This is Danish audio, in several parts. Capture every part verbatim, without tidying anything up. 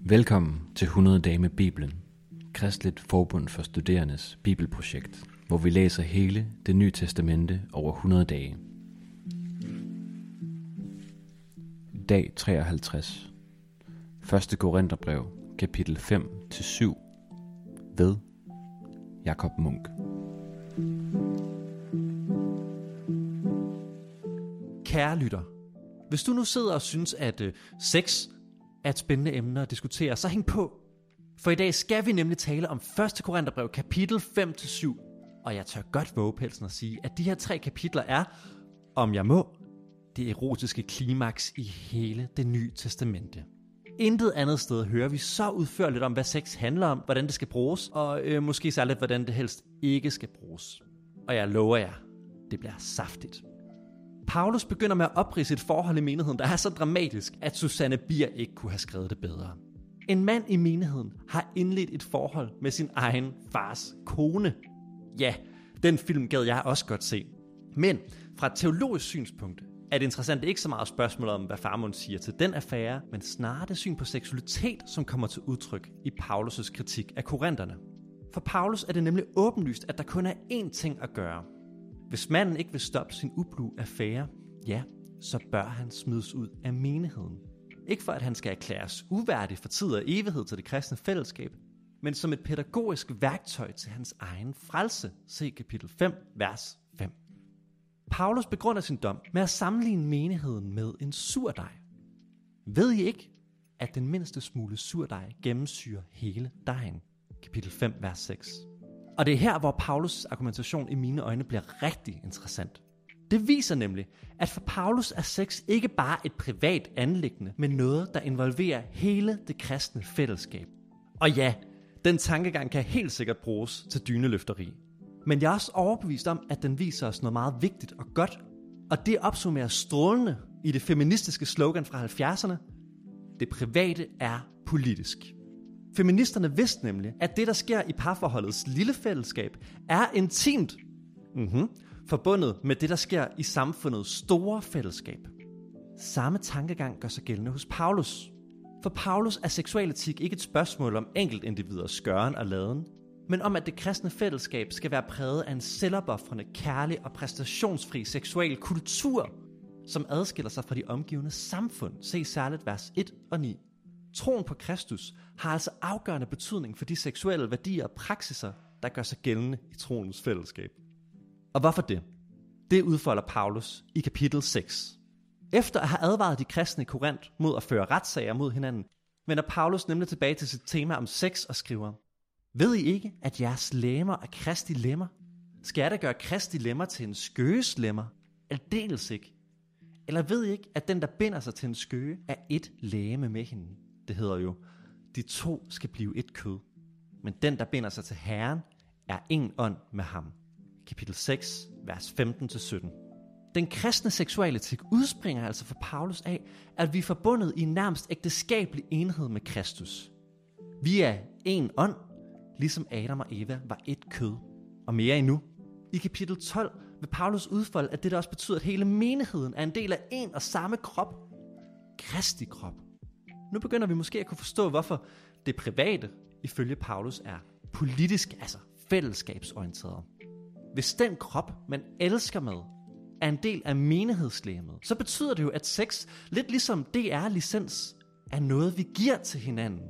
Velkommen til hundrede dage med Bibelen, Kristeligt Forbund for Studerendes Bibelprojekt, hvor vi læser hele Det Nye Testamente over hundrede dage. Dag treoghalvtreds. første Korintherbrev, kapitel fem til syv, ved Jakob Munk. Kære lytter, hvis du nu sidder og synes, at øh, sex er et spændende emne at diskutere, så hæng på. For i dag skal vi nemlig tale om første Korintherbrev, kapitel fem til syv. Og jeg tør godt våge pelsen at sige, at de her tre kapitler er, om jeg må, det erotiske klimaks i hele Det Nye Testamente. Intet andet sted hører vi så udførligt om, hvad sex handler om, hvordan det skal bruges, og øh, måske særligt, hvordan det helst ikke skal bruges. Og jeg lover jer, det bliver saftigt. Paulus begynder med at opridse et forhold i menigheden, der er så dramatisk, at Susanne Bier ikke kunne have skrevet det bedre. En mand i menigheden har indledt et forhold med sin egen fars kone. Ja, den film gad jeg også godt se. Men fra et teologisk synspunkt er det interessant ikke så meget spørgsmålet om, hvad farmor siger til den affære, men snarere det syn på seksualitet, som kommer til udtryk i Paulus' kritik af korinterne. For Paulus er det nemlig åbenlyst, at der kun er én ting at gøre. Hvis manden ikke vil stoppe sin ublu affære, ja, så bør han smides ud af menigheden. Ikke for at han skal erklæres uværdig for tid og evighed til det kristne fællesskab, men som et pædagogisk værktøj til hans egen frelse. Se kapitel fem, vers fem. Paulus begrunder sin dom med at sammenligne menigheden med en surdej. Ved I ikke, at den mindste smule surdej gennemsyrer hele dejen? Kapitel fem, vers seks. Og det er her, hvor Paulus' argumentation i mine øjne bliver rigtig interessant. Det viser nemlig, at for Paulus er sex ikke bare et privat anliggende, men noget, der involverer hele det kristne fællesskab. Og ja, den tankegang kan helt sikkert bruges til dyneløfteri. Men jeg er også overbevist om, at den viser os noget meget vigtigt og godt. Og det opsummerer strålende i det feministiske slogan fra halvfjerdserne. Det private er politisk. Feministerne vidste nemlig, at det, der sker i parforholdets lille fællesskab, er intimt mm-hmm, forbundet med det, der sker i samfundets store fællesskab. Samme tankegang gør sig gældende hos Paulus. For Paulus er seksualetik ikke et spørgsmål om enkeltindividers skøren og laden, men om, at det kristne fællesskab skal være præget af en selvopofrende, kærlig og præstationsfri seksuel kultur, som adskiller sig fra de omgivende samfund. Se særligt vers et og ni. Troen på Kristus har altså afgørende betydning for de seksuelle værdier og praksiser, der gør sig gældende i troens fællesskab. Og hvorfor det? Det udfolder Paulus i kapitel seks. Efter at have advaret de kristne i Korinth mod at føre retssager mod hinanden, vender Paulus nemlig tilbage til sit tema om sex og skriver: Ved I ikke, at jeres lemmer er Kristi lemmer? Skal jeg da gøre Kristi lemmer til en skøges lemmer? Aldeles ikke. Eller ved I ikke, at den, der binder sig til en skøge, er et legeme med hende? Det hedder jo, de to skal blive et kød. Men den, der binder sig til Herren, er en ånd med ham. Kapitel seks, vers femten til sytten. Den kristne seksualetik udspringer altså for Paulus af, at vi er forbundet i en nærmest ægteskabelig enhed med Kristus. Vi er en ånd, ligesom Adam og Eva var et kød. Og mere endnu. I kapitel tolv vil Paulus udfolde, at det der også betyder, at hele menigheden er en del af en og samme krop. Kristi krop. Nu begynder vi måske at kunne forstå, hvorfor det private, ifølge Paulus, er politisk, altså fællesskabsorienteret. Hvis den krop, man elsker med, er en del af menighedslegemet, så betyder det jo, at sex, lidt ligesom D R-licens, er noget, vi giver til hinanden.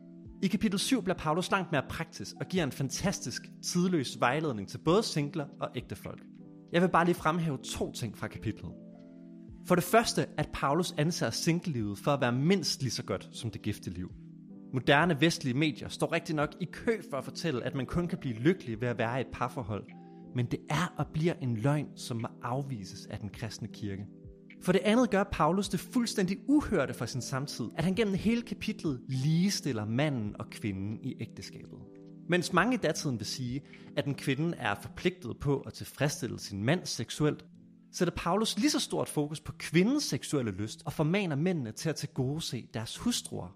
I kapitel syv bliver Paulus langt mere praktisk og giver en fantastisk, tidløs vejledning til både singler og ægtefolk. Jeg vil bare lige fremhæve to ting fra kapitlet. For det første, at Paulus anser singlelivet for at være mindst lige så godt som det gifte liv. Moderne vestlige medier står rigtig nok i kø for at fortælle, at man kun kan blive lykkelig ved at være i et parforhold. Men det er og bliver en løgn, som må afvises af den kristne kirke. For det andet gør Paulus det fuldstændig uhørte for sin samtid, at han gennem hele kapitlet ligestiller manden og kvinden i ægteskabet. Mens mange i datiden vil sige, at en kvinde er forpligtet på at tilfredsstille sin mand seksuelt, sætter Paulus lige så stort fokus på kvindens seksuelle lyst og formaner mændene til at tilgodese deres hustruer.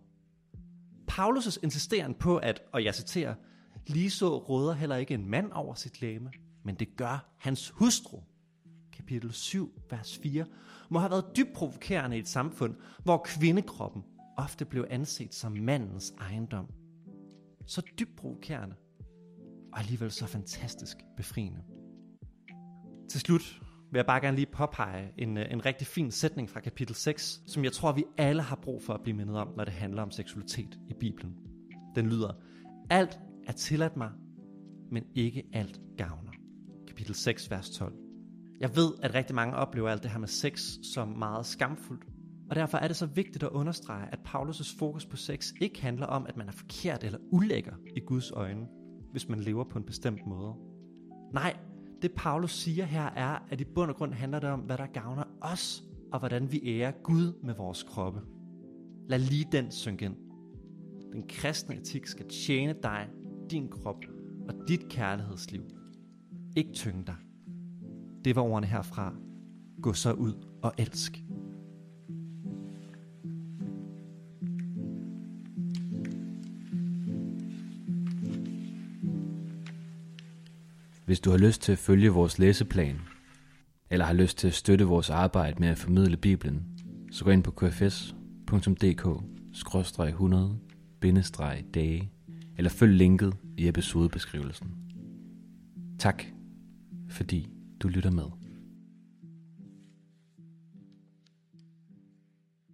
Paulus' insisteren på at, og jeg citerer, lige så råder heller ikke en mand over sit legeme, men det gør hans hustru. Kapitel syv, vers fire, må have været dybt provokerende i et samfund, hvor kvindekroppen ofte blev anset som mandens ejendom. Så dybt provokerende, og alligevel så fantastisk befriende. Til slut vil jeg bare gerne lige påpege en, en rigtig fin sætning fra kapitel seks, som jeg tror, vi alle har brug for at blive mindet om, når det handler om seksualitet i Bibelen. Den lyder: alt er tilladt mig, men ikke alt gavner. Kapitel seks, vers tolv. Jeg ved, at rigtig mange oplever alt det her med sex som meget skamfuldt, og derfor er det så vigtigt at understrege, at Paulus' fokus på sex ikke handler om, at man er forkert eller ulækker i Guds øjne, hvis man lever på en bestemt måde. Nej, det Paulus siger her er, at i bund og grund handler det om, hvad der gavner os, og hvordan vi ærer Gud med vores kroppe. Lad lige den synke ind. Den kristne etik skal tjene dig, din krop og dit kærlighedsliv. Ikke tynge dig. Det var ordene herfra. Gå så ud og elsk. Hvis du har lyst til at følge vores læseplan, eller har lyst til at støtte vores arbejde med at formidle Bibelen, så gå ind på k f s punktum d k skråstreg hundrede bindestreg dage, eller følg linket i episodebeskrivelsen. Tak, fordi du lytter med.